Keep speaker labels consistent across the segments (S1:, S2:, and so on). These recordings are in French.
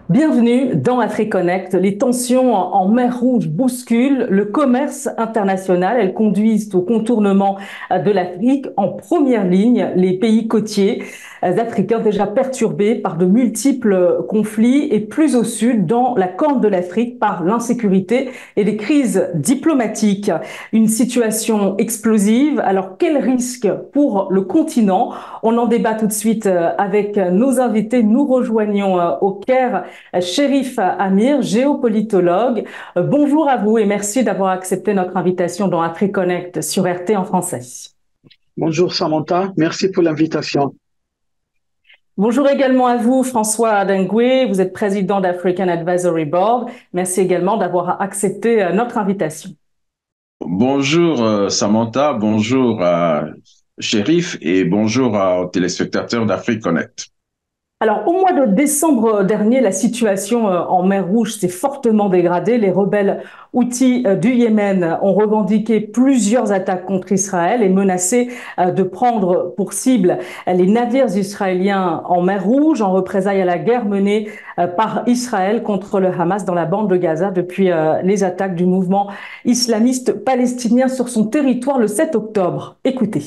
S1: Bienvenue dans AfriConnect. Les tensions en mer Rouge bousculent le commerce international. Elles conduisent au contournement de l'Afrique. En première ligne, les pays côtiers africains déjà perturbés par de multiples conflits et plus au sud, dans la Corne de l'Afrique, par l'insécurité et les crises diplomatiques. Une situation explosive. Alors, quel risque pour le continent? On en débat tout de suite avec nos invités. Nous rejoignons au Caire Chérif Amir, géopolitologue. Bonjour à vous et merci d'avoir accepté notre invitation dans AfriConnect sur RT en français.
S2: Bonjour Samantha, merci pour l'invitation.
S1: Bonjour également à vous, François Adengwe. Vous êtes président d'African Advisory Board. Merci également d'avoir accepté notre invitation.
S3: Bonjour Samantha, bonjour Chérif et bonjour aux téléspectateurs d'AfriConnect.
S1: Alors, au mois de décembre dernier, la situation en mer Rouge s'est fortement dégradée. Les rebelles houthis du Yémen ont revendiqué plusieurs attaques contre Israël et menacé de prendre pour cible les navires israéliens en mer Rouge en représailles à la guerre menée par Israël contre le Hamas dans la bande de Gaza depuis les attaques du mouvement islamiste palestinien sur son territoire le 7 octobre. Écoutez.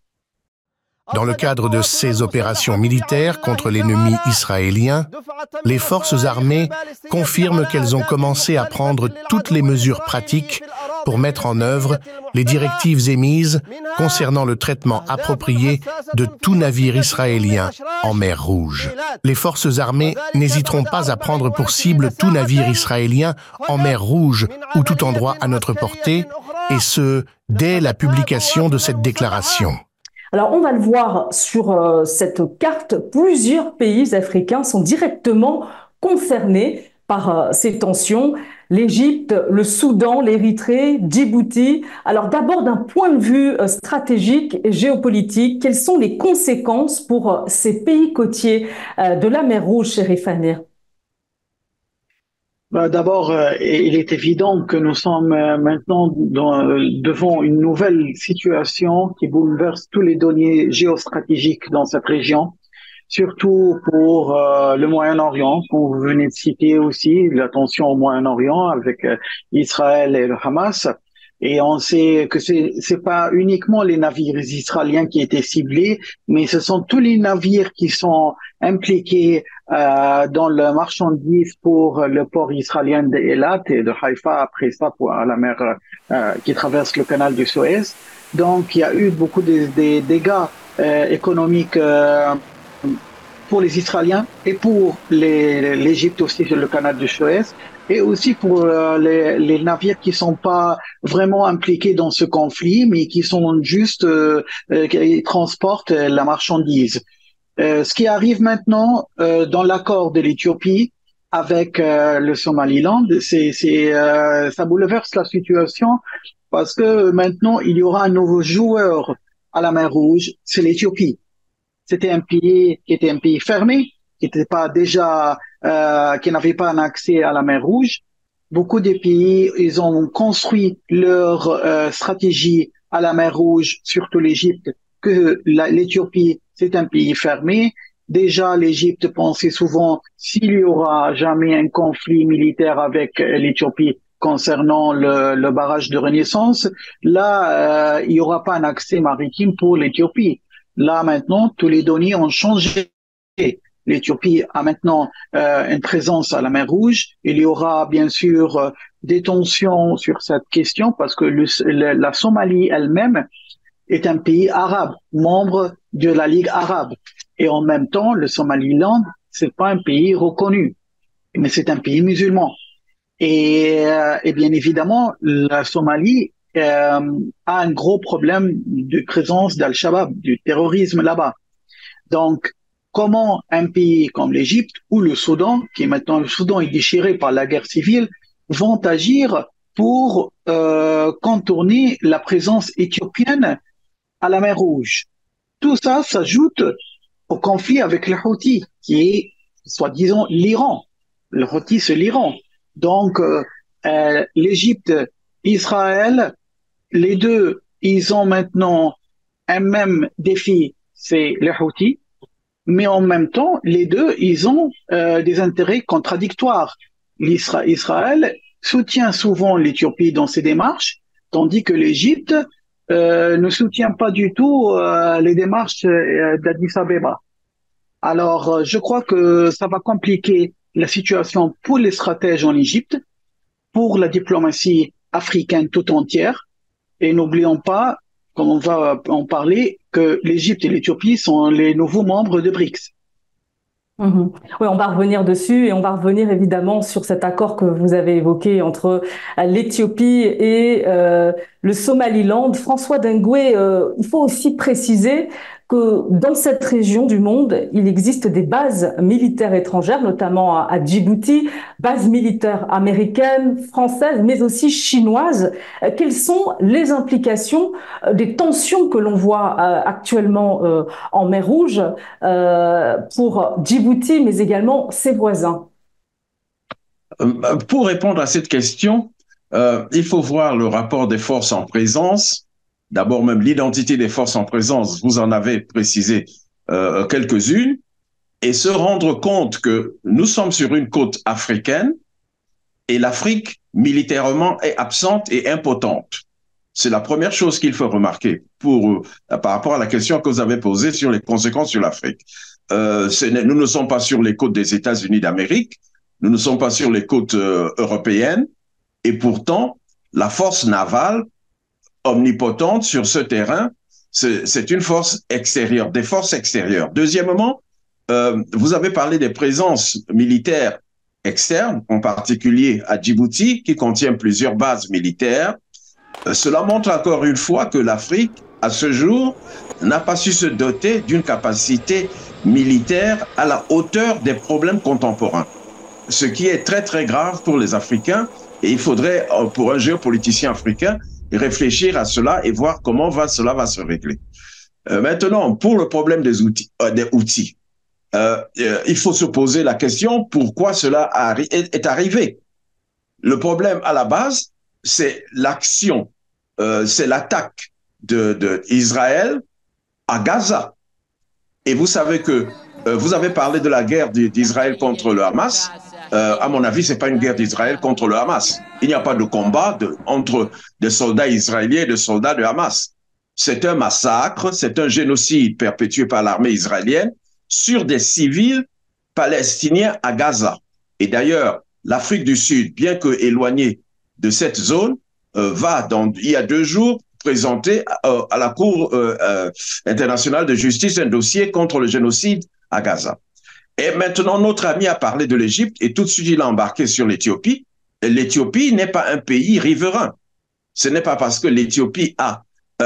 S4: Dans le cadre de ces opérations militaires contre l'ennemi israélien, les forces armées confirment qu'elles ont commencé à prendre toutes les mesures pratiques pour mettre en œuvre les directives émises concernant le traitement approprié de tout navire israélien en mer Rouge. Les forces armées n'hésiteront pas à prendre pour cible tout navire israélien en mer Rouge ou tout endroit à notre portée, et ce, dès la publication de cette déclaration.
S1: Alors, on va le voir sur cette carte, plusieurs pays africains sont directement concernés par ces tensions. L'Égypte, le Soudan, l'Érythrée, Djibouti. Alors d'abord, d'un point de vue stratégique et géopolitique, quelles sont les conséquences pour ces pays côtiers de la mer Rouge, Chérif Amir?
S2: D'abord, il est évident que nous sommes maintenant devant une nouvelle situation qui bouleverse tous les données géostratégiques dans cette région, surtout pour le Moyen-Orient, comme vous venez de citer aussi, la tension au Moyen-Orient avec Israël et le Hamas. Et on sait que c'est pas uniquement les navires israéliens qui étaient ciblés, mais ce sont tous les navires qui sont impliqués dans le marchandise pour le port israélien d'Elat et de Haïfa, après ça pour la mer qui traverse le canal du Suez. Donc il y a eu beaucoup de dégâts économiques pour les Israéliens et pour l'Égypte aussi sur le canal du Suez, et aussi pour les navires qui sont pas vraiment impliqués dans ce conflit, mais qui sont juste qui transportent la marchandise. Ce qui arrive maintenant dans l'accord de l'Éthiopie avec le Somaliland, ça bouleverse la situation parce que maintenant il y aura un nouveau joueur à la mer Rouge, c'est l'Éthiopie. C'était un pays qui était un pays fermé, qui n'était pas déjà, qui n'avait pas un accès à la mer Rouge. Beaucoup de pays, ils ont construit leur stratégie à la mer Rouge, surtout l'Égypte, que l'Éthiopie, c'est un pays fermé. Déjà, l'Égypte pensait souvent s'il y aura jamais un conflit militaire avec l'Éthiopie concernant le barrage de Renaissance, là, il n'y aura pas un accès maritime pour l'Éthiopie. Là, maintenant, tous les données ont changé. L'Éthiopie a maintenant une présence à la mer Rouge. Il y aura bien sûr des tensions sur cette question parce que la Somalie elle-même est un pays arabe, membre de la Ligue arabe. Et en même temps, le Somaliland, c'est pas un pays reconnu, mais c'est un pays musulman. Et bien évidemment, la Somalie a un gros problème de présence d'Al-Shabaab, du terrorisme là-bas. Donc, comment un pays comme l'Égypte ou le Soudan, qui est maintenant le Soudan est déchiré par la guerre civile, vont agir pour contourner la présence éthiopienne à la mer Rouge? Tout ça s'ajoute au conflit avec les Houthis, qui est, soi-disant, l'Iran. Le Houthi, c'est l'Iran. Donc, l'Égypte, Israël, les deux, ils ont maintenant un même défi, c'est les Houthis. mais en même temps, les deux, ils ont des intérêts contradictoires. Israël soutient souvent l'Éthiopie dans ses démarches, tandis que l'Égypte ne soutient pas du tout les démarches d'Addis Abeba. Alors, je crois que ça va compliquer la situation pour les stratèges en Égypte, pour la diplomatie africaine tout entière. Et n'oublions pas, comme on va en parler, que l'Égypte et l'Éthiopie sont les nouveaux membres de BRICS.
S1: Oui, on va revenir dessus et on va revenir évidemment sur cet accord que vous avez évoqué entre l'Éthiopie et le Somaliland. François Dengue, il faut aussi préciser que dans cette région du monde, il existe des bases militaires étrangères, notamment à Djibouti, bases militaires américaines, françaises, mais aussi chinoises. Quelles sont les implications des tensions que l'on voit actuellement en mer Rouge pour Djibouti, mais également ses voisins?
S3: Pour répondre à cette question, il faut voir le rapport des forces en présence. D'abord, même l'identité des forces en présence, vous en avez précisé quelques-unes, et se rendre compte que nous sommes sur une côte africaine et l'Afrique, militairement, est absente et impotente. C'est la première chose qu'il faut remarquer par rapport à la question que vous avez posée sur les conséquences sur l'Afrique. Nous ne sommes pas sur les côtes des États-Unis d'Amérique, nous ne sommes pas sur les côtes européennes, et pourtant, la force navale omnipotente sur ce terrain, c'est une force extérieure, des forces extérieures. Deuxièmement, vous avez parlé des présences militaires externes, en particulier à Djibouti, qui contient plusieurs bases militaires. Cela montre encore une fois que l'Afrique, à ce jour, n'a pas su se doter d'une capacité militaire à la hauteur des problèmes contemporains. Ce qui est très, très grave pour les Africains. Et il faudrait, pour un géopoliticien africain, réfléchir à cela et voir comment cela va se régler. Maintenant, pour le problème des outils, il faut se poser la question pourquoi cela est arrivé. Le problème à la base, c'est l'action, c'est l'attaque d'Israël à Gaza. Et vous savez que vous avez parlé de la guerre d'Israël contre le Hamas. À mon avis, c'est pas une guerre d'Israël contre le Hamas. Il n'y a pas de combat entre des soldats israéliens et des soldats de Hamas. C'est un massacre, c'est un génocide perpétué par l'armée israélienne sur des civils palestiniens à Gaza. Et d'ailleurs, l'Afrique du Sud, bien que éloignée de cette zone, il y a 2 jours, présenter à la Cour internationale de justice un dossier contre le génocide à Gaza. Et maintenant, notre ami a parlé de l'Égypte et tout de suite, il a embarqué sur l'Éthiopie. L'Éthiopie n'est pas un pays riverain. Ce n'est pas parce que l'Éthiopie a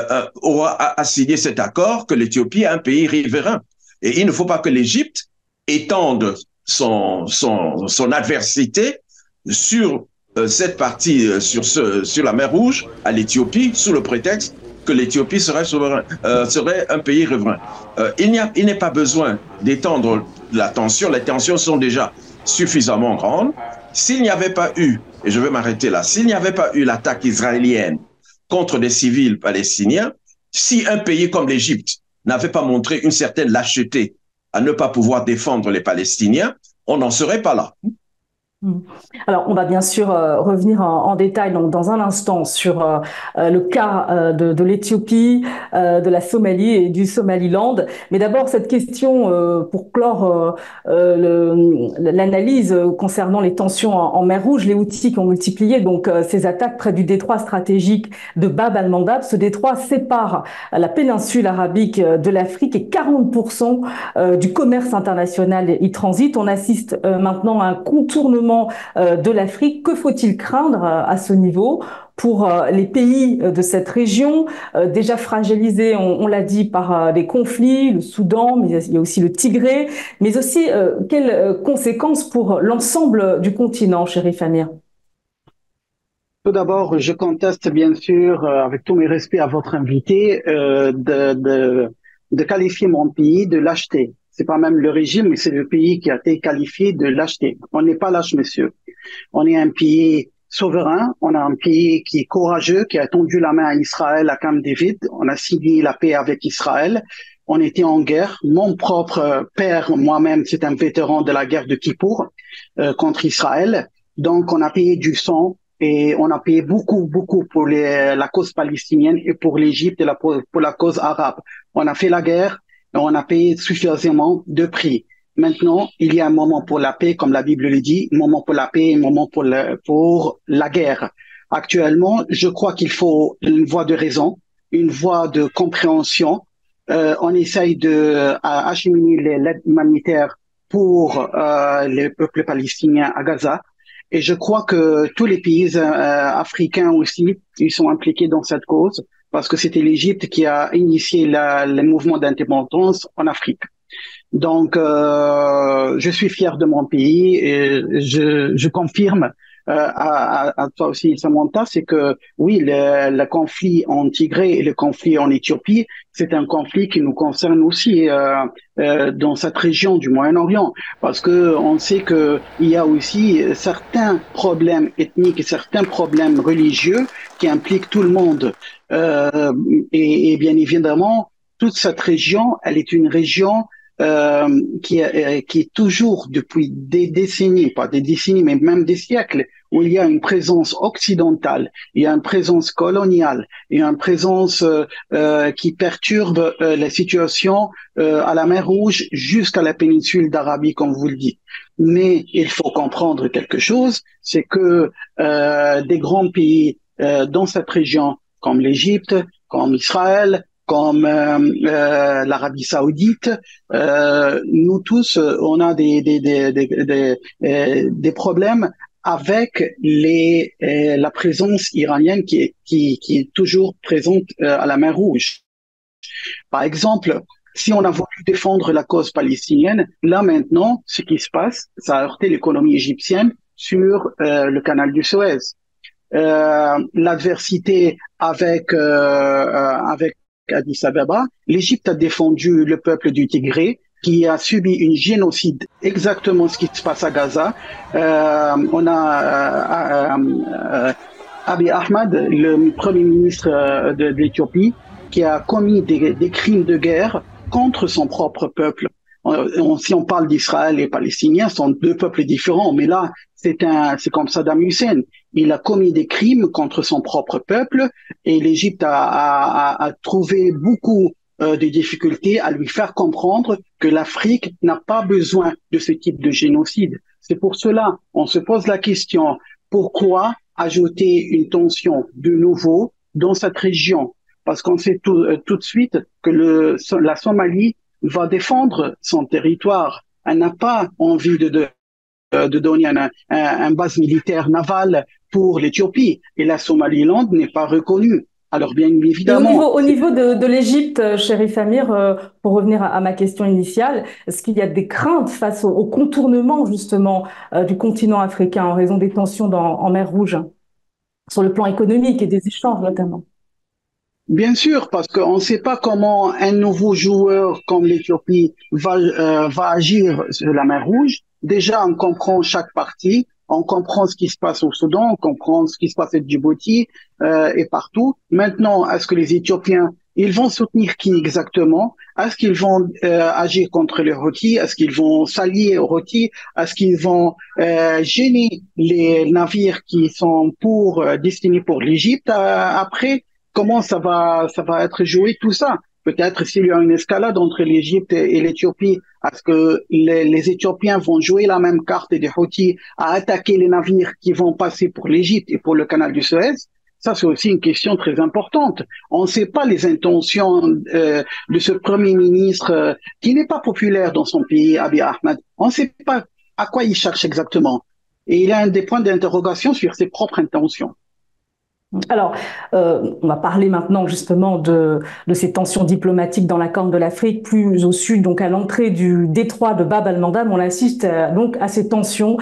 S3: signé cet accord que l'Éthiopie est un pays riverain. Et il ne faut pas que l'Égypte étende son adversité sur cette partie, sur la mer Rouge, à l'Éthiopie, sous le prétexte que l'Éthiopie serait un pays riverain. Il n'est pas besoin d'étendre la tension. Les tensions sont déjà suffisamment grandes. S'il n'y avait pas eu, et je vais m'arrêter là, s'il n'y avait pas eu l'attaque israélienne contre des civils palestiniens, si un pays comme l'Égypte n'avait pas montré une certaine lâcheté à ne pas pouvoir défendre les Palestiniens, on n'en serait pas là.
S1: Alors, on va bien sûr revenir en détail dans un instant sur le cas de l'Éthiopie, de la Somalie et du Somaliland. Mais d'abord, cette question pour clore l'analyse concernant les tensions en mer Rouge, les Houthis qui ont multiplié donc ces attaques près du détroit stratégique de Bab al-Mandab. Ce détroit sépare la péninsule arabique de l'Afrique et 40% du commerce international y transite. On assiste maintenant à un contournement de l'Afrique. Que faut-il craindre à ce niveau pour les pays de cette région, déjà fragilisés, on l'a dit, par des conflits, le Soudan, mais il y a aussi le Tigré, mais aussi quelles conséquences pour l'ensemble du continent, Chérif Amir?
S2: Tout d'abord, je conteste bien sûr, avec tous mes respects à votre invité, de qualifier mon pays de lâcheté. C'est pas même le régime, mais c'est le pays qui a été qualifié de lâcheté. On n'est pas lâche, monsieur. On est un pays souverain, on a un pays qui est courageux, qui a tendu la main à Israël à Camp David. On a signé la paix avec Israël. on était en guerre. Mon propre père, moi-même, c'est un vétéran de la guerre de Kippour contre Israël. Donc, on a payé du sang et on a payé beaucoup, beaucoup pour la cause palestinienne et pour l'Égypte et pour la cause arabe. On a fait la guerre et on a payé suffisamment de prix. Maintenant, il y a un moment pour la paix, comme la Bible le dit, un moment pour la paix et un moment pour la guerre. Actuellement, je crois qu'il faut une voie de raison, une voie de compréhension. On essaye de acheminer l'aide humanitaire pour les peuples palestiniens à Gaza. Et je crois que tous les pays africains aussi, ils sont impliqués dans cette cause, parce que c'était l'Égypte qui a initié le mouvement d'indépendance en Afrique. Donc, je suis fier de mon pays et je confirme à toi aussi, Samantha, c'est que oui, le conflit en Tigré et le conflit en Éthiopie, c'est un conflit qui nous concerne aussi dans cette région du Moyen-Orient, parce que on sait que il y a aussi certains problèmes ethniques et certains problèmes religieux qui impliquent tout le monde. Et bien évidemment, toute cette région, elle est une région qui est toujours depuis des décennies, pas des décennies, mais même des siècles, où il y a une présence occidentale, il y a une présence coloniale, il y a une présence qui perturbe la situation à la mer Rouge jusqu'à la péninsule d'Arabie, comme vous le dites. Mais il faut comprendre quelque chose, c'est que des grands pays dans cette région, comme l'Égypte, comme Israël, comme l'Arabie Saoudite, nous tous, on a des problèmes avec la présence iranienne qui est toujours présente à la mer Rouge. Par exemple, si on a voulu défendre la cause palestinienne, là maintenant, ce qui se passe, ça a heurté l'économie égyptienne sur le canal du Suez. L'adversité avec Addis Abeba, l'Égypte a défendu le peuple du Tigré qui a subi une génocide, exactement ce qui se passe à Gaza. On a Abiy Ahmed, le premier ministre de l'Éthiopie, qui a commis des crimes de guerre contre son propre peuple. Si on parle d'Israël et Palestiniens, ce sont deux peuples différents, mais là, c'est comme Saddam Hussein. Il a commis des crimes contre son propre peuple et l'Égypte a trouvé beaucoup de difficultés à lui faire comprendre que l'Afrique n'a pas besoin de ce type de génocide. C'est pour cela, on se pose la question, pourquoi ajouter une tension de nouveau dans cette région? Parce qu'on sait tout de suite que la Somalie va défendre son territoire. Elle n'a pas envie de donner un base militaire navale pour l'Éthiopie. Et la Somaliland n'est pas reconnue. Alors bien évidemment...
S1: Au niveau de l'Égypte, Chérif Amir, pour revenir à ma question initiale, est-ce qu'il y a des craintes face au contournement justement du continent africain en raison des tensions en mer Rouge, sur le plan économique et des échanges notamment?
S2: Bien sûr, parce qu'on ne sait pas comment un nouveau joueur comme l'Éthiopie va agir sur la mer Rouge. Déjà, on comprend chaque partie, on comprend ce qui se passe au Soudan, on comprend ce qui se passe à Djibouti et partout. Maintenant, est-ce que les Éthiopiens, ils vont soutenir qui exactement? Est-ce qu'ils vont agir contre les Houthis? Est-ce qu'ils vont s'allier aux Houthis? Est-ce qu'ils vont gêner les navires qui sont destinés pour l'Égypte après? Comment ça va être joué tout ça? Peut-être s'il y a une escalade entre l'Égypte et l'Éthiopie, est-ce que les Éthiopiens vont jouer la même carte des Houthis à attaquer les navires qui vont passer pour l'Égypte et pour le canal du Suez? Ça, c'est aussi une question très importante. On ne sait pas les intentions de ce Premier ministre qui n'est pas populaire dans son pays, Abiy Ahmed. On ne sait pas à quoi il cherche exactement. Et il a des points d'interrogation sur ses propres intentions.
S1: Alors, on va parler maintenant justement de ces tensions diplomatiques dans la Corne de l'Afrique, plus au sud, donc à l'entrée du détroit de Bab el-Mandeb. On assiste donc à ces tensions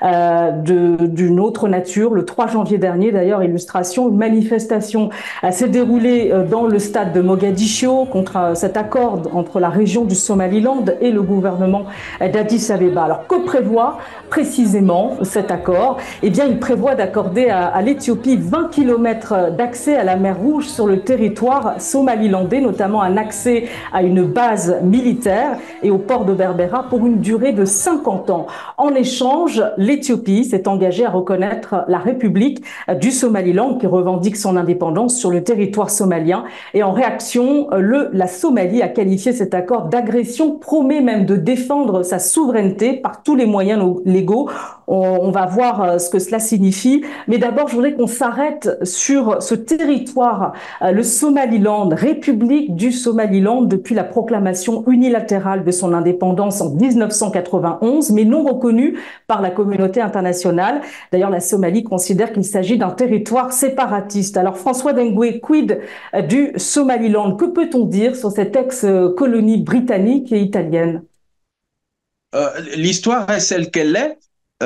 S1: d'une autre nature. Le 3 janvier dernier, d'ailleurs, illustration, une manifestation s'est déroulée dans le stade de Mogadiscio contre cet accord entre la région du Somaliland et le gouvernement d'Addis Abeba. Alors, que prévoit précisément cet accord? Eh bien, il prévoit d'accorder à l'Éthiopie 20 km permettre d'accès à la mer Rouge sur le territoire somalilandais, notamment un accès à une base militaire et au port de Berbera pour une durée de 50 ans. En échange, l'Éthiopie s'est engagée à reconnaître la République du Somaliland qui revendique son indépendance sur le territoire somalien. Et en réaction, la Somalie a qualifié cet accord d'agression, promet même de défendre sa souveraineté par tous les moyens légaux. On va voir ce que cela signifie. Mais d'abord, je voudrais qu'on s'arrête sur ce territoire, le Somaliland, République du Somaliland, depuis la proclamation unilatérale de son indépendance en 1991, mais non reconnue par la communauté internationale. D'ailleurs, la Somalie considère qu'il s'agit d'un territoire séparatiste. Alors, François Dengue, quid du Somaliland? Que peut-on dire sur cette ex-colonie britannique et italienne?
S3: L'histoire est celle qu'elle est.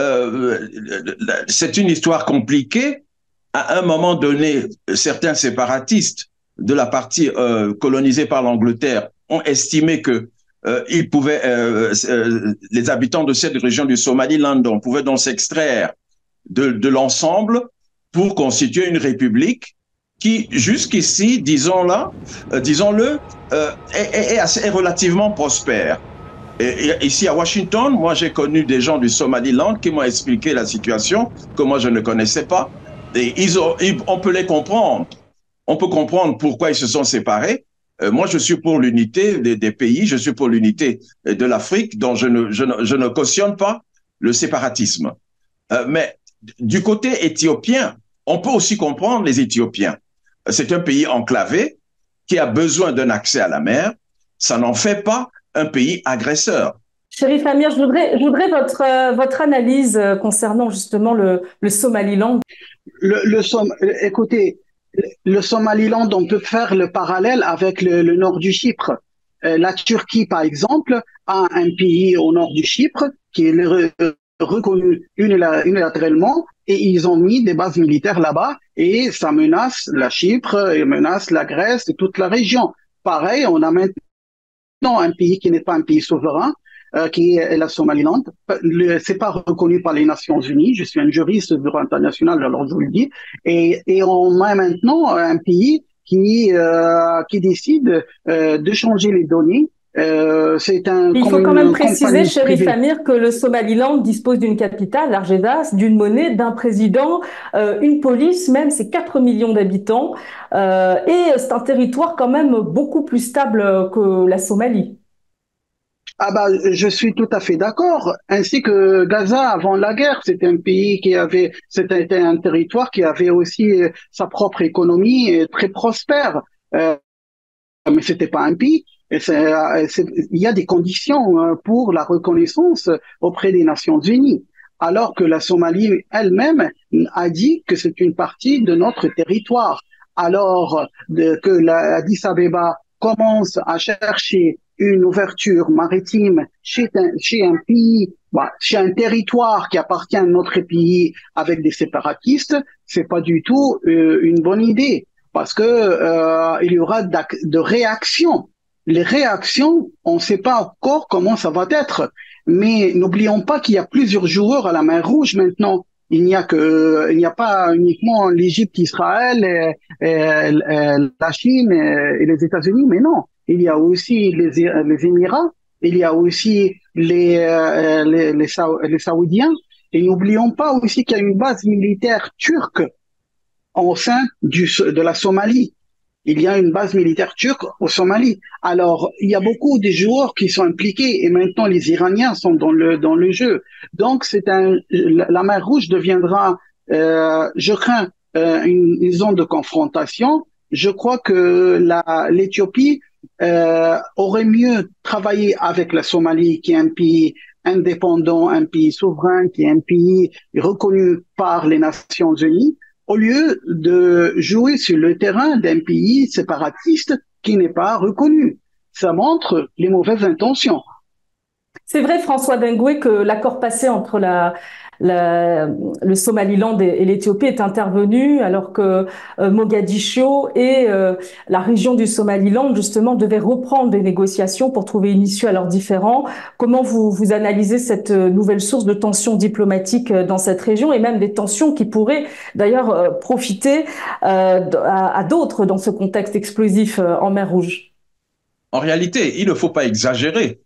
S3: C'est une histoire compliquée. À un moment donné, certains séparatistes de la partie colonisée par l'Angleterre ont estimé que les habitants de cette région du Somaliland, on pouvait donc s'extraire de l'ensemble pour constituer une république qui, jusqu'ici, disons-le, est relativement prospère. Et ici à Washington, moi j'ai connu des gens du Somaliland qui m'ont expliqué la situation que moi je ne connaissais pas. Et on peut les comprendre. On peut comprendre pourquoi ils se sont séparés. Moi je suis pour l'unité des pays, je suis pour l'unité de l'Afrique, donc je ne cautionne pas le séparatisme. Mais du côté éthiopien, on peut aussi comprendre les Éthiopiens. C'est un pays enclavé qui a besoin d'un accès à la mer. Ça n'en fait pas un pays agresseur.
S1: Chérif Amir, je voudrais votre analyse concernant justement le Somaliland.
S2: Écoutez, le Somaliland, on peut faire le parallèle avec le nord du Chypre. La Turquie, par exemple, a un pays au nord du Chypre qui est reconnu unilatéralement et ils ont mis des bases militaires là-bas et ça menace la Chypre, et menace la Grèce et toute la région. Pareil, on a maintenant un pays qui n'est pas un pays souverain, qui est la Somaliland. C'est pas reconnu par les Nations Unies. Je suis un juriste de droit international, alors je vous le dis. Et on a maintenant un pays qui décide de changer les données.
S1: Il faut quand même préciser, Chérif Amir, que le Somaliland dispose d'une capitale, Hargeisa, d'une monnaie, d'un président, une police, même, c'est 4 millions d'habitants. Et c'est un territoire quand même beaucoup plus stable que la Somalie.
S2: Ah bah, je suis tout à fait d'accord. Ainsi que Gaza avant la guerre, c'était un pays c'était un territoire qui avait aussi sa propre économie très prospère. Mais c'était pas un pays. Il y a des conditions pour la reconnaissance auprès des Nations Unies, alors que la Somalie elle-même a dit que c'est une partie de notre territoire. Alors que l'Addis Abeba commence à chercher une ouverture maritime chez un pays, chez un territoire qui appartient à notre pays avec des séparatistes, c'est pas du tout une bonne idée, parce que il y aura de réactions. Les réactions, on ne sait pas encore comment ça va être, mais n'oublions pas qu'il y a plusieurs joueurs à la mer Rouge maintenant. Il n'y a pas uniquement l'Égypte, Israël, la Chine et les États-Unis, mais non. Il y a aussi les Émirats, il y a aussi les Saoudiens, et n'oublions pas aussi qu'il y a une base militaire turque au sein de la Somalie. Il y a une base militaire turque au Somalie. Alors, il y a beaucoup de joueurs qui sont impliqués et maintenant les Iraniens sont dans le jeu. Donc, la mer Rouge deviendra, je crains, une zone de confrontation. Je crois que l'Éthiopie aurait mieux travaillé avec la Somalie, qui est un pays indépendant, un pays souverain, qui est un pays reconnu par les Nations Unies, au lieu de jouer sur le terrain d'un pays séparatiste qui n'est pas reconnu. Ça montre les mauvaises intentions.
S1: C'est vrai, François Dengue, que l'accord passé entre la le Somaliland et l'Éthiopie est intervenu alors que Mogadiscio et la région du Somaliland justement devaient reprendre des négociations pour trouver une issue à leurs différends. Comment vous analysez cette nouvelle source de tensions diplomatiques dans cette région et même des tensions qui pourraient d'ailleurs profiter à d'autres dans ce contexte explosif en mer Rouge?
S3: En réalité, il ne faut pas exagérer.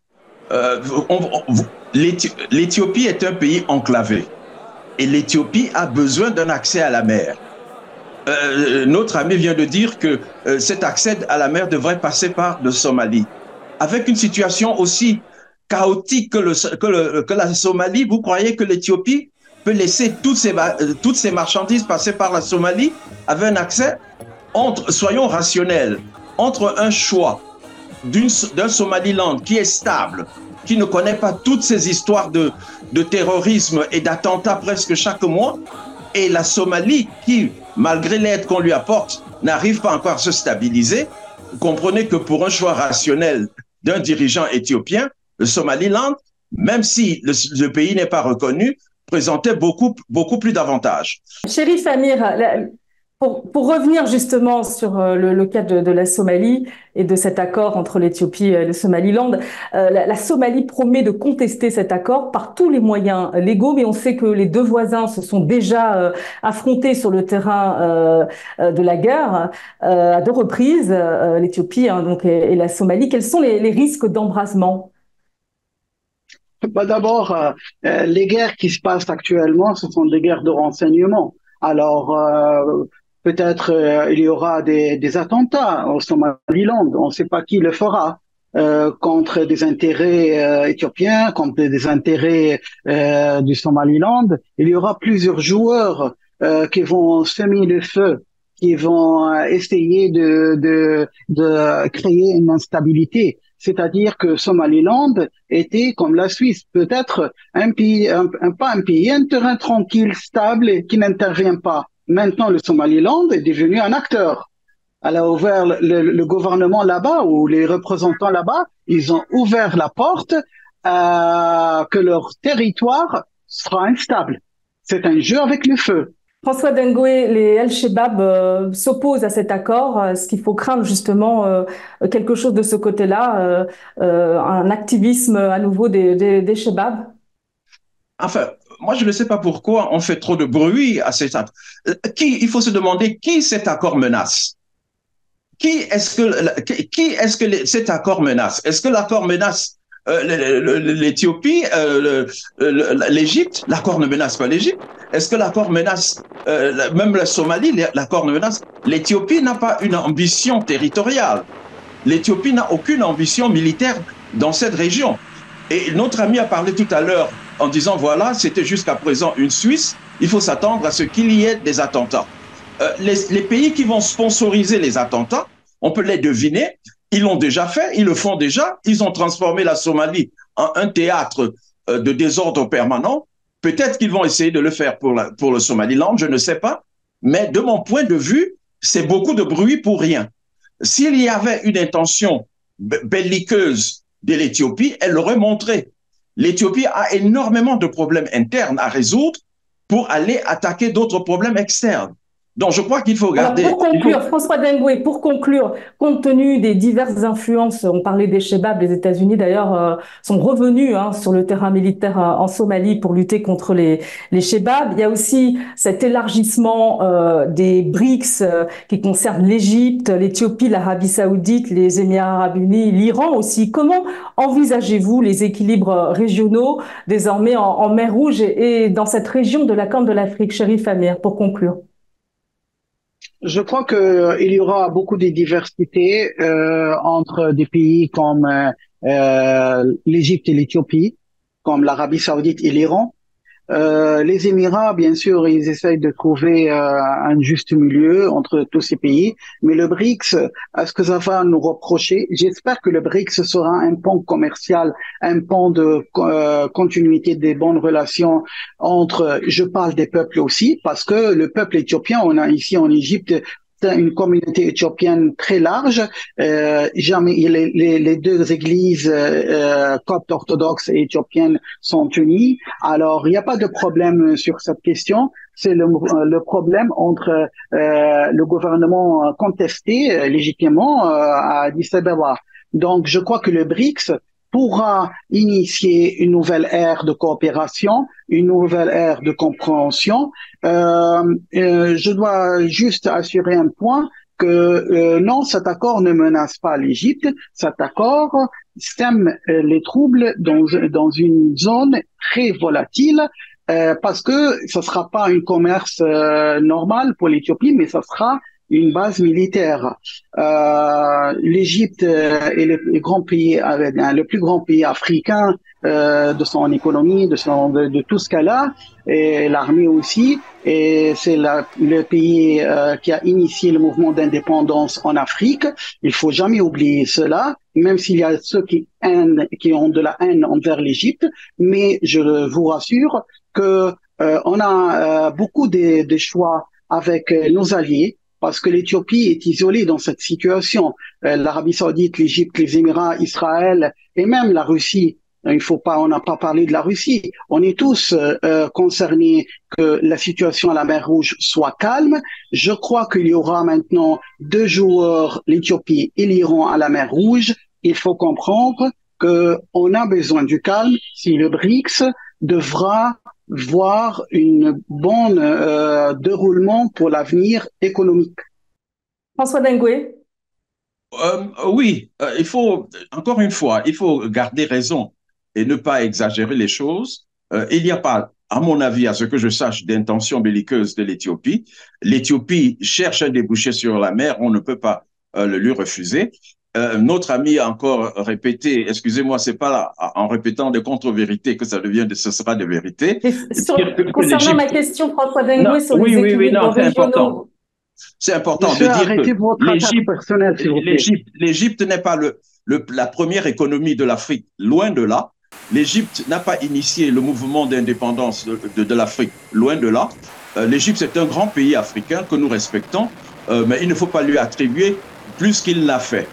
S3: L'Éthiopie est un pays enclavé et l'Éthiopie a besoin d'un accès à la mer. Notre ami vient de dire que cet accès à la mer devrait passer par le Somalie. Avec une situation aussi chaotique que la Somalie, vous croyez que l'Éthiopie peut laisser toutes ces marchandises passer par la Somalie avec un accès soyons rationnels, entre un choix d'un Somaliland qui est stable, qui ne connaît pas toutes ces histoires de terrorisme et d'attentats presque chaque mois, et la Somalie qui, malgré l'aide qu'on lui apporte, n'arrive pas encore à se stabiliser. Vous comprenez que pour un choix rationnel d'un dirigeant éthiopien, le Somaliland, même si le pays n'est pas reconnu, présentait beaucoup plus d'avantages.
S1: Chérif Amir, pour revenir justement sur le cas de la Somalie et de cet accord entre l'Éthiopie et le Somaliland, la Somalie promet de contester cet accord par tous les moyens légaux, mais on sait que les deux voisins se sont déjà affrontés sur le terrain de la guerre à deux reprises, l'Éthiopie donc, et la Somalie. Quels sont les risques d'embrasement?
S2: D'abord, les guerres qui se passent actuellement, ce sont des guerres de renseignement. Alors, peut-être il y aura des attentats au Somaliland. On ne sait pas qui le fera contre des intérêts éthiopiens, contre des intérêts du Somaliland. Il y aura plusieurs joueurs qui vont semer le feu, qui vont essayer de créer une instabilité. C'est-à-dire que Somaliland était comme la Suisse, peut-être un pays, pas un pays, un terrain tranquille, stable, qui n'intervient pas. Maintenant, le Somaliland est devenu un acteur. Elle a ouvert le gouvernement là-bas ou les représentants là-bas, ils ont ouvert la porte que leur territoire sera instable. C'est un jeu avec le feu.
S1: François Dengoé, les El-Shebab s'opposent à cet accord. Est-ce qu'il faut craindre justement quelque chose de ce côté-là, un activisme à nouveau des Shebab?
S3: Enfin, moi, je ne sais pas pourquoi on fait trop de bruit à cet accord. Il faut se demander qui cet accord menace. Qui est-ce que cet accord menace? Est-ce que l'accord menace l'Éthiopie, l'Égypte? L'accord ne menace pas l'Égypte. Est-ce que l'accord menace même la Somalie? L'accord ne menace. L'Éthiopie n'a pas une ambition territoriale. L'Éthiopie n'a aucune ambition militaire dans cette région. Et notre ami a parlé tout à l'heure en disant, voilà, c'était jusqu'à présent une Suisse, il faut s'attendre à ce qu'il y ait des attentats. Les pays qui vont sponsoriser les attentats, on peut les deviner, ils l'ont déjà fait, ils le font déjà, ils ont transformé la Somalie en un théâtre de désordre permanent. Peut-être qu'ils vont essayer de le faire pour le Somaliland, je ne sais pas, mais de mon point de vue, c'est beaucoup de bruit pour rien. S'il y avait une intention belliqueuse de l'Éthiopie, elle l'aurait montré. L'Éthiopie a énormément de problèmes internes à résoudre pour aller attaquer d'autres problèmes externes. Donc, je crois qu'il faut garder...
S1: Alors pour conclure, François Dengoé, pour conclure, compte tenu des diverses influences, on parlait des Shebab, les États-Unis d'ailleurs sont revenus sur le terrain militaire en Somalie pour lutter contre les Shebab. Il y a aussi cet élargissement des BRICS qui concerne l'Égypte, l'Éthiopie, l'Arabie Saoudite, les Émirats Arabes Unis, l'Iran aussi. Comment envisagez-vous les équilibres régionaux désormais en mer Rouge et dans cette région de la Corne de l'Afrique? Chérif Amir, pour conclure.
S2: Je crois qu'il y aura beaucoup de diversité entre des pays comme l'Égypte et l'Éthiopie, comme l'Arabie Saoudite et l'Iran. Les Émirats, bien sûr, ils essayent de trouver un juste milieu entre tous ces pays. Mais le BRICS, est-ce que ça va nous reprocher? J'espère que le BRICS sera un pont commercial, un pont de continuité des bonnes relations entre, je parle des peuples aussi, parce que le peuple éthiopien, on a ici en Égypte une communauté éthiopienne très large. Jamais les deux églises coptes orthodoxes et éthiopiennes sont unies. Alors, il n'y a pas de problème sur cette question. C'est le problème entre le gouvernement contesté légitimement à Addis Abeba. Donc, je crois que le BRICS pourra initier une nouvelle ère de coopération, une nouvelle ère de compréhension. Je dois juste assurer un point que non, cet accord ne menace pas l'Égypte. Cet accord sème les troubles dans une zone très volatile parce que ce sera pas un commerce normal pour l'Éthiopie, mais ce sera une base militaire. L'Égypte est le grand pays, le plus grand pays africain de son économie, de tout ce qu'elle a, et l'armée aussi. Et c'est le pays qui a initié le mouvement d'indépendance en Afrique. Il faut jamais oublier cela, même s'il y a ceux qui ont de la haine envers l'Égypte. Mais je vous rassure que on a beaucoup de choix avec nos alliés, parce que l'Éthiopie est isolée dans cette situation. L'Arabie Saoudite, l'Égypte, les Émirats, Israël et même la Russie. On n'a pas parlé de la Russie. On est tous concernés que la situation à la mer Rouge soit calme. Je crois qu'il y aura maintenant 2 joueurs, l'Éthiopie et l'Iran à la mer Rouge. Il faut comprendre qu'on a besoin du calme si le BRICS devra voir une bonne déroulement pour l'avenir économique.
S1: François Dengue.
S3: Oui, il faut, encore une fois, il faut garder raison et ne pas exagérer les choses. Il n'y a pas, à mon avis, à ce que je sache, d'intention belliqueuse de l'Éthiopie. L'Éthiopie cherche un débouché sur la mer, on ne peut pas le lui refuser. Notre ami a encore répété, excusez-moi, c'est pas là, en répétant des contre-vérités que ce sera des vérités.
S1: Concernant ma question, François Dengue, sur les équilibres régionaux.
S3: C'est important
S2: Monsieur,
S3: de dire
S2: arrêtez votre attaque personnelle, s'il vous plaît.
S3: L'Égypte n'est pas la première économie de l'Afrique, loin de là. L'Égypte n'a pas initié le mouvement d'indépendance de l'Afrique, loin de là. L'Égypte, c'est un grand pays africain que nous respectons, mais il ne faut pas lui attribuer plus qu'il l'a fait.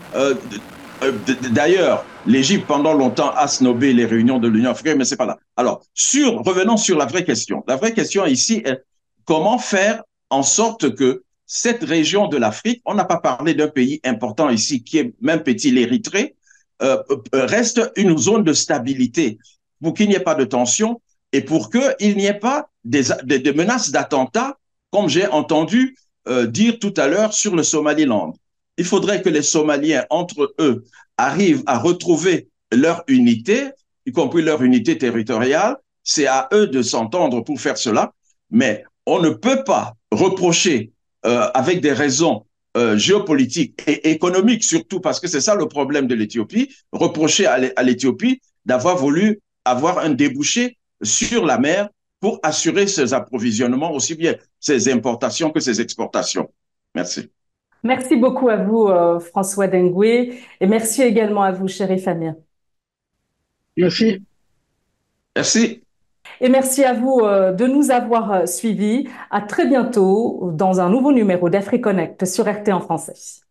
S3: D'ailleurs, l'Égypte, pendant longtemps, a snobé les réunions de l'Union africaine, mais c'est pas là. Alors, revenons sur la vraie question. La vraie question ici est comment faire en sorte que cette région de l'Afrique, on n'a pas parlé d'un pays important ici, qui est même petit, l'Érythrée, reste une zone de stabilité pour qu'il n'y ait pas de tension et pour qu'il n'y ait pas des menaces d'attentats, comme j'ai entendu dire tout à l'heure sur le Somaliland. Il faudrait que les Somaliens, entre eux, arrivent à retrouver leur unité, y compris leur unité territoriale. C'est à eux de s'entendre pour faire cela, mais on ne peut pas reprocher avec des raisons géopolitiques et économiques surtout, parce que c'est ça le problème de l'Éthiopie, reprocher à l'Éthiopie d'avoir voulu avoir un débouché sur la mer pour assurer ses approvisionnements, aussi bien ses importations que ses exportations. Merci.
S1: Merci beaucoup à vous, François Dengue, et merci également à vous, Cherif Amir.
S2: Merci.
S3: Merci.
S1: Et merci à vous de nous avoir suivis. À très bientôt dans un nouveau numéro d'AfriConnect sur RT en français.